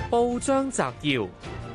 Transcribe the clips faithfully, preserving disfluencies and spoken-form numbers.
報章摘要：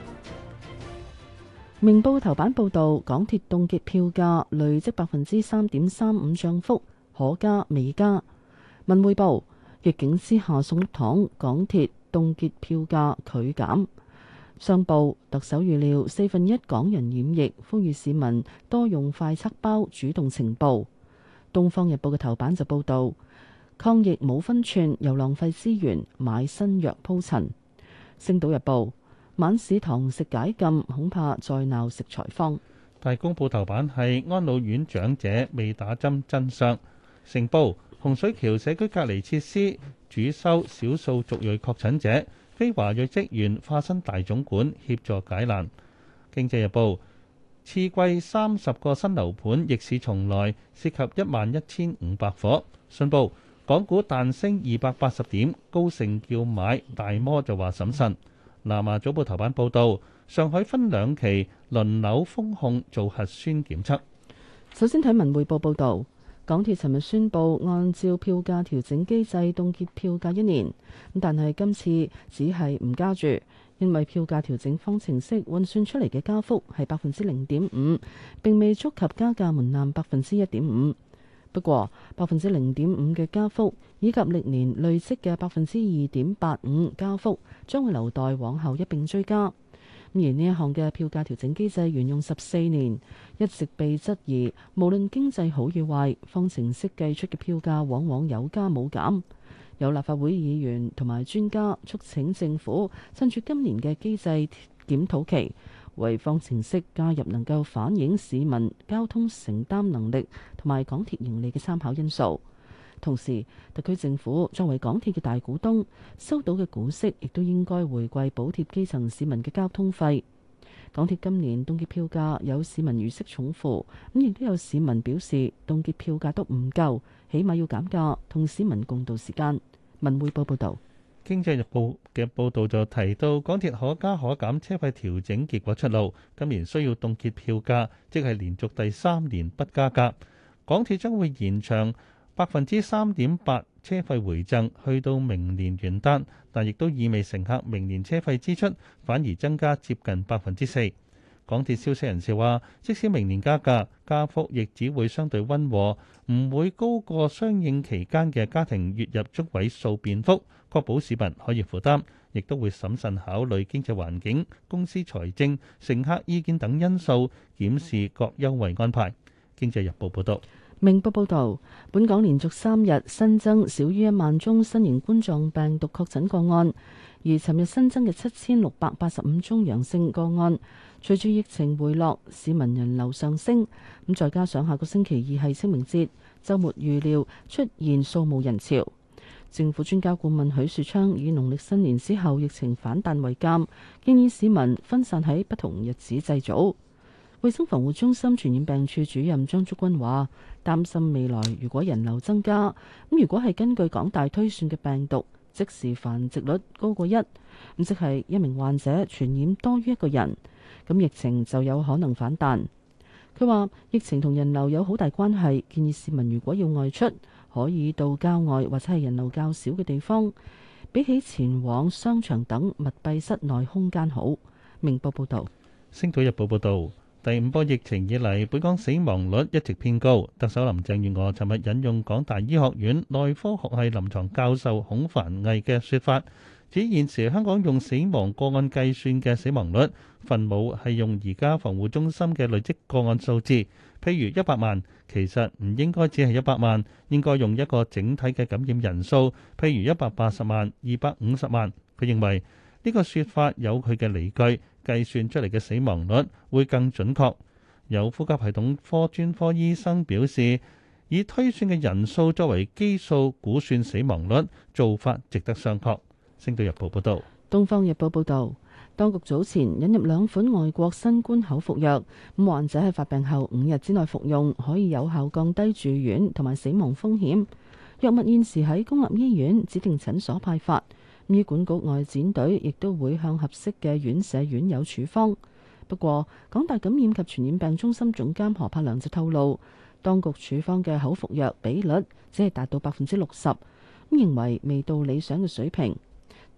明報頭版報導，港鐵凍結票價累積百分之三點三五漲幅，可加未加。文匯報：逆境之下送粒糖，港鐵凍結票價拒減。商報：特首預料四分一港人染疫，呼籲市民多用快測包，主動呈報。東方日報嘅頭版就報導，抗疫冇分寸，又浪費資源買新藥鋪陳。星島日報：晚市堂食解禁，恐怕再鬧食材荒。 大公報頭版係安老院長者未打針真相。成報：洪水橋社區隔離設施主收少數族裔確診者，非華裔職員化身大總管協助解難。經濟日報：次季三十個新樓盤逆市重來，涉及一萬一千五百伙。信報：港股彈升二百八十點，高盛叫買，大摩就話審慎。南華早報頭版報導，上海分兩期輪流封控做核酸檢測。 首先睇文匯報報導，港鐵尋日宣布按照票價調整機制凍結票價一年，咁但係今次只係唔加注，因為票價調整方程式運算出嚟嘅加幅係百分之零點五，並未觸及加價門檻百分之一點五。不過，百分之零點五嘅加幅以及歷年累積嘅百分之二點八五加幅，將會留待往後一並追加。而呢一項嘅票價調整機制沿用十四年，一直被質疑，無論經濟好與壞，方程式計出嘅票價往往有加冇減。有立法會議員同埋專家促請政府趁住今年嘅機制檢討期，為方程式加入能夠反映市民交通承擔能力同埋港鐵盈利嘅參考因素。同時，特區政府作為港鐵嘅大股東，收到嘅股息亦都應該回饋補貼基層市民嘅交通費。港鐵今年凍結票價，有市民如釋重負，咁亦都有市民表示凍結票價都唔夠，起碼要減價，同市民共度時間。文匯報報導。 經濟日報嘅報導就提到，港鐵可加可減車費調整結果出爐，今年需要凍結票價，即係連續第三年不加價。港鐵將會延長百分之三點八車費回贈，去到明年元旦，但亦都意味乘客明年車費支出反而增加接近百分之四。港鐵消息人士話，即使明年加價，加幅亦只會相對溫和，唔會高過相應期間嘅家庭月入中位數變幅，確保市民可以負擔，亦都會審慎考慮經濟環境、公司財政、乘客意見等因素，檢視各優惠安排。經濟日報報導。 明報報導，本港連續三日新增少於一萬宗新型冠狀病毒確診個案，而尋日新增嘅七千六百八十五宗陽性個案，隨住疫情回落，市民人流上升，咁再加上下個星期二係清明節，週末預料出現掃墓人潮。政府專家顧問許樹昌以農曆新年之後疫情反彈為鑑，建議市民分散喺不同日子祭祖。衛生防護中心傳染病處主任張竹君話，擔心未來如果人流增加，咁如果係根據港大推算嘅病毒即時繁殖率高過一，咁即係一名患者傳染多於一個人，咁疫情就有可能反彈。佢話疫情同人流有好大關係，建議市民如果要外出，可以到郊外或者係人流較少嘅地方，比起前往商場等密閉室內空間好。明報報道。 星島日報報導。第五波疫情以嚟，本港死亡率一直偏高。特首林鄭月娥尋日引用港大醫學院內科學系臨床教授孔凡毅嘅説法，指現時香港用死亡個案計算嘅死亡率，分母係用而家防護中心嘅累積個案數字。譬如一百萬，其實唔應該只係一百萬，應該用一個整體嘅感染人數，譬如一百八十萬、二百五十萬。佢認為呢個説法有佢嘅理據。計算出嚟嘅死亡率會更準確。有呼吸系統科專科醫生表示，以推算嘅人數作為基數估算死亡率，做法值得商榷。星島日報報道。 東方日報報道，當局早前引入兩款外國新冠口服藥，咁患者喺發病後五日之內服用，可以有效降低住院同埋死亡風險。藥物現時喺公立醫院指定診所派發。醫管局外展隊亦都會向合適嘅院舍院友處方。不過，港大感染及傳染病中心總監何柏良就透露，當局處方嘅口服藥比率只係達到百分之六十，咁認為未到理想嘅水平。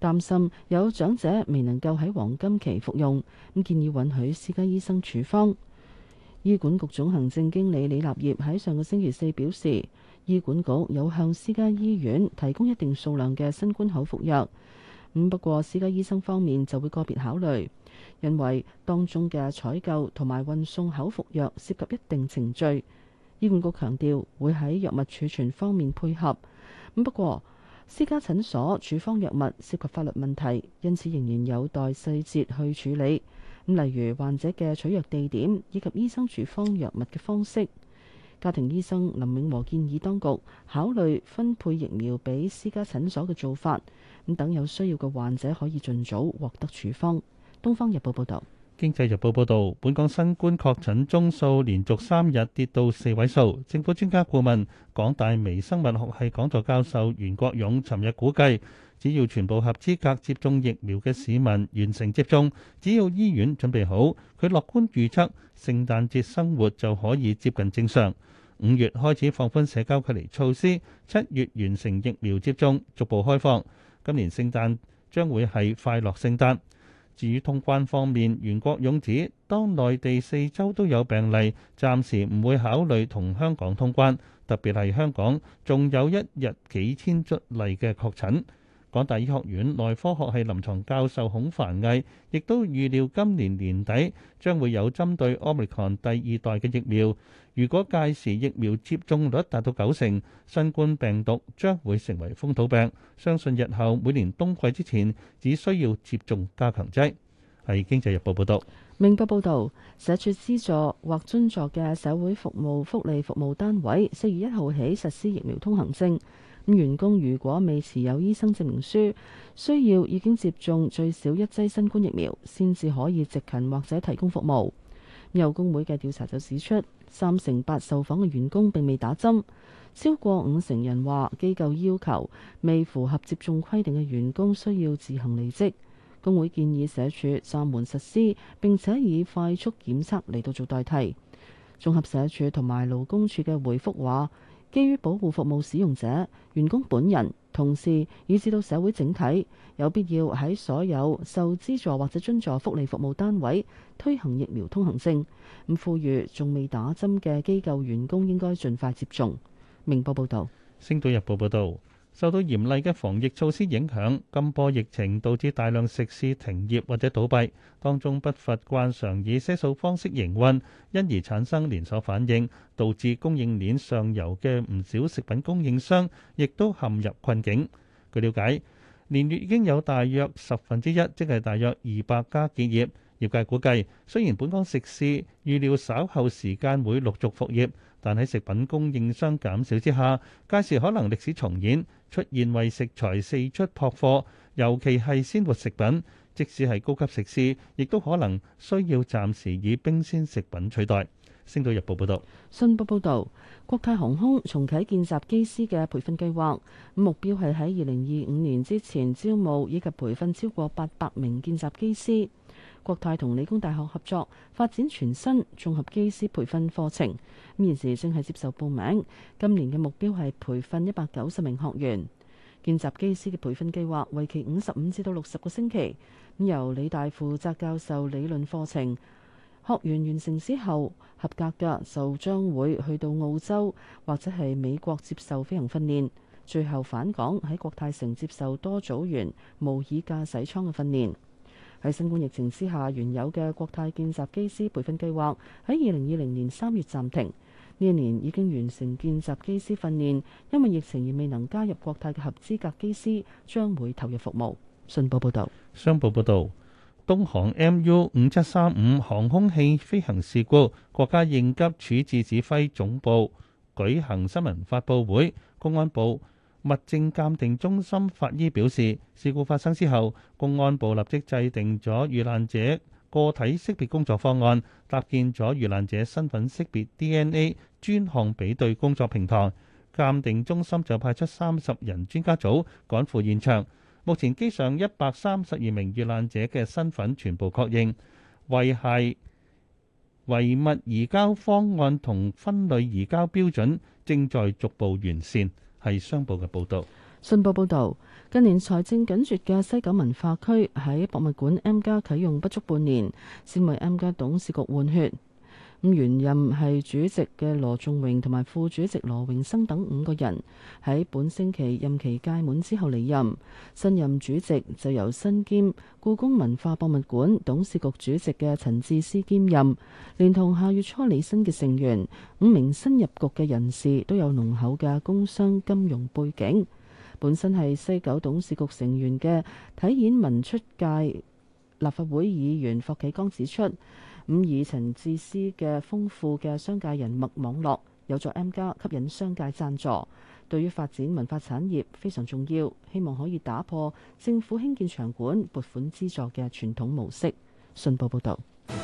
擔心有長者未能夠喺黃金期服用，咁建議允許私家醫生處方。醫管局總行政經理李立業喺上個星期四表示，醫管局有向私家醫院提供一定數量嘅新冠口服藥，咁不過私家醫生方面就會個別考慮，因為當中嘅採購同埋運送口服藥涉及一定程序。醫管局強調會喺藥物儲存方面配合，咁不過私家診所處方藥物涉及法律問題，因此仍然有待細節去處理。咁例如患者嘅取藥地點以及醫生處方藥物嘅方式。家庭醫生林永和建議當局考慮分配疫苗俾私家診所嘅做法，咁等有需要嘅患者可以盡早獲得處方。《東方日報》報道。 《經濟日報》報導，本港新冠確診宗數連續三日跌到四位數。政府專家顧問、港大微生物學系講座教授袁國勇尋日估計，只要全部合資格接種疫苗嘅市民完成接種，只要醫院準備好，佢樂觀預測聖誕節生活就可以接近正常。五月開始放寬社交距離措施，七月完成疫苗接種，逐步開放。今年聖誕將會係快樂聖誕。至於通關方面，袁國勇指，當內地四周都有病例，暫時唔會考慮同香港通關，特別係香港仲有一日幾千宗例嘅確診。港大醫學院內科學系臨床教授孔繁毅亦都預料今年年底將會有針對 Omicron 第二代嘅疫苗。如果屆時疫苗接種率達到九成，新冠病毒將會成為風土病。相信日後每年冬季之前只需要接種加強劑。係《經濟日報》報導。 明報報導，社署資助或津助嘅社會服務福利服務單位，四月一號起實施疫苗通行證。咁員工如果未持有醫生證明書，需要已經接種最少一劑新冠疫苗，先至可以值勤或者提供服務。有工會嘅調查就指出，三成八受訪嘅員工並未打針，超過五成人話機構要求未符合接種規定嘅員工需要自行離職。工會建議社署暫緩實施，並且以快速檢測嚟到做代替。綜合社署同埋勞工處嘅回覆話，基於保護服務使用者、員工本人、同事以至到社會整體，有必要喺所有受資助或者津助福利服務單位推行疫苗通行證。咁呼籲仲未打針嘅機構員工應該盡快接種。明報報道。 《星島日報》報導。受到嚴厲嘅防疫措施影響，今波疫情導致大量食肆停業或者倒閉，當中不乏慣常以些數方式營運，因而產生連鎖反應，導致供應鏈上游嘅唔少食品供應商亦都陷入困境。據了解，年月已經有大約十分之一，即係大約二百家結業。業界估計，雖然本港食肆預料稍後時間會陸續復業，但喺食品供應商減少之下，屆時可能歷史重演，出現為食材四出撲貨，尤其係鮮活食品，即使係高級食肆，亦都可能需要暫時以冰鮮食品取代。星島日報報道。 信報報導，國泰航空重啟見習機師嘅培訓計劃，目標係喺二零二五年之前招募以及培訓超過八百名見習機師。國泰同理工大學合作發展全新綜合機師培訓課程，現時正係接受報名。今年嘅目標係培訓一百九十名學員。見習機師嘅培訓計劃為期五十五至到六十個星期，咁由理大負責教授理論課程。學員完成之後合格嘅就將會去到澳洲或者係美國接受飛行訓練，最後返港喺國泰城接受多組員模擬駕駛艙嘅訓練。喺新冠疫情之下，原有嘅國泰見習機師培訓計劃喺二零二零年三月暫停。呢一年已經完成見習機師訓練，因為疫情而未能加入國泰嘅合資格機師將會投入服務。信報報道。 商報報導，東航 M U 五七三五航空器飛行事故，國家應急處置指揮總部舉行新聞發佈會，公安部物證鑑定中心法醫表示，事故發生之後，公安部立即制定咗遇難者個體識別工作方案，搭建咗遇難者身份識別 D N A 專項比對工作平台。鑑定中心就派出三十人專家組趕赴現場。目前機上一百三十二名遇難者嘅身份全部確認，遺骸遺物移交方案同分類移交標準正在逐步完善。係商報嘅報導。 信報報導，近年財政緊絀嘅西九文化區喺博物館 M+ 啟用不足半年，先為 M+ 董事局換血。咁原任係主席嘅羅仲榮同埋副主席羅榮生等五個人喺本星期任期屆滿之後離任，新任主席就由身兼故宮文化博物館董事局主席嘅陳智思兼任，連同下月初履新嘅成員，五名新入局嘅人士都有濃厚嘅工商金融背景。本身係西九董事局成員嘅體演文出界立法會議員霍啟剛指出，咁以陳智思嘅豐富嘅商界人脈網絡，有助 M+ 吸引商界贊助，對於發展文化產業非常重要。希望可以打破政府興建場館撥款資助嘅傳統模式。信報報導。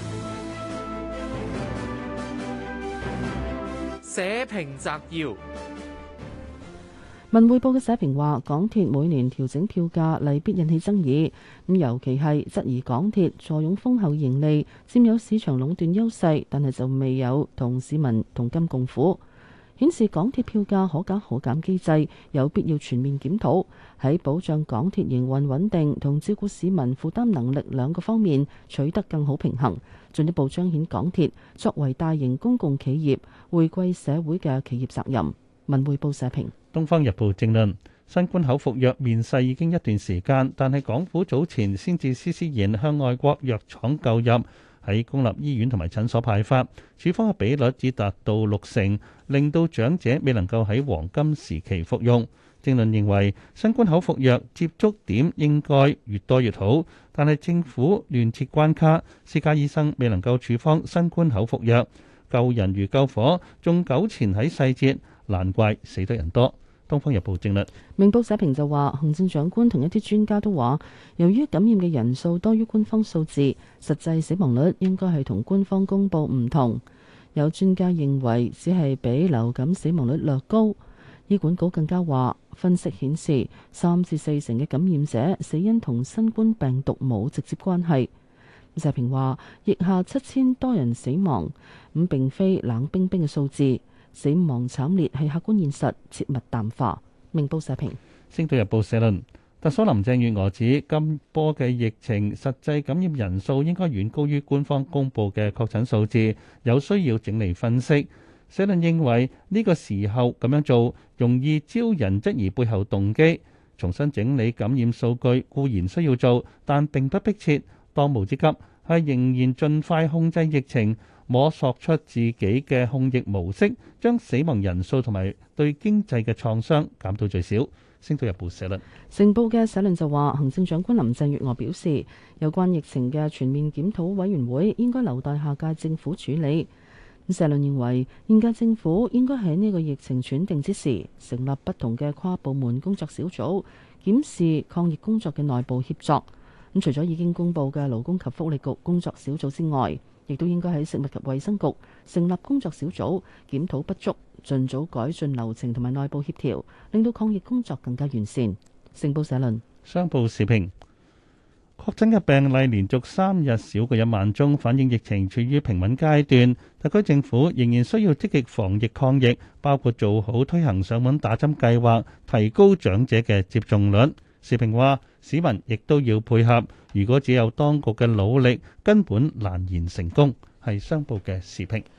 社評摘要。 文匯報嘅社評話，港鐵每年調整票價，例必引起爭議。咁尤其係質疑港鐵坐擁豐厚盈利，佔有市場壟斷優勢，但係就未有同市民同甘共苦，顯示港鐵票價可加可減機制有必要全面檢討，喺保障港鐵營運穩定同照顧市民負擔能力兩個方面取得更好平衡，進一步彰顯港鐵作為大型公共企業回饋社會嘅企業責任。文匯報社評。 《東方日報》正論：新冠口服藥面世已經一段時間，但係港府早前先至施施然向外國藥廠購入，喺公立醫院同埋診所派發，處方嘅比率只達到六成，令到長者未能夠喺黃金時期服用。正論認為，新冠口服藥接觸點應該越多越好，但係政府亂設關卡，私家醫生未能夠處方新冠口服藥，救人如救火，仲糾纏喺細節，難怪死得人多。《東方日報》正論。 明報社評就話，行政長官同一啲專家都話，由於感染嘅人數多於官方數字，實際死亡率應該係同官方公佈唔同。有專家認為只係比流感死亡率略高。醫管局更加話，分析顯示三至四成嘅感染者死因同新冠病毒冇直接關係。社評話，疫下七千多人死亡，咁並非冷冰冰嘅數字。死亡慘烈係客觀現實，切勿淡化。明報社評。《 星島日報》社論：特首林鄭月娥指今波嘅疫情實際感染人數應該遠高於官方公佈嘅確診數字，有需要整理分析。社論認為呢個時候咁樣做容易招人質疑背後動機，重新整理感染數據固然需要做，但並不迫切。當務之急係仍然盡快控制疫情，摸索出自己嘅控疫模式，將死亡人數同埋對經濟嘅創傷減到最少。星島日報社論。 成報嘅社論就話，行政長官林鄭月娥表示，有關疫情嘅全面檢討委員會應該留待下屆政府處理。社論認為，現屆政府應該喺呢個疫情喘定之時，成立不同嘅跨部門工作小組，檢視抗疫工作嘅內部協作。咁除咗已經公布嘅勞工及福利局工作小組之外，亦都應該喺食物及衛生局成立工作小組，檢討不足，盡早改進流程同埋內部協調，令到抗疫工作更加完善。成報社論。 商報時評：確診嘅病例連續三日少過一萬宗，反映疫情處於平穩階段。特區政府仍然需要積極防疫抗疫，包括做好推行上門打針計劃，提高長者嘅接種率。時評話，市民亦都要配合，如果只有當局嘅努力，根本難言成功。係商報嘅時評。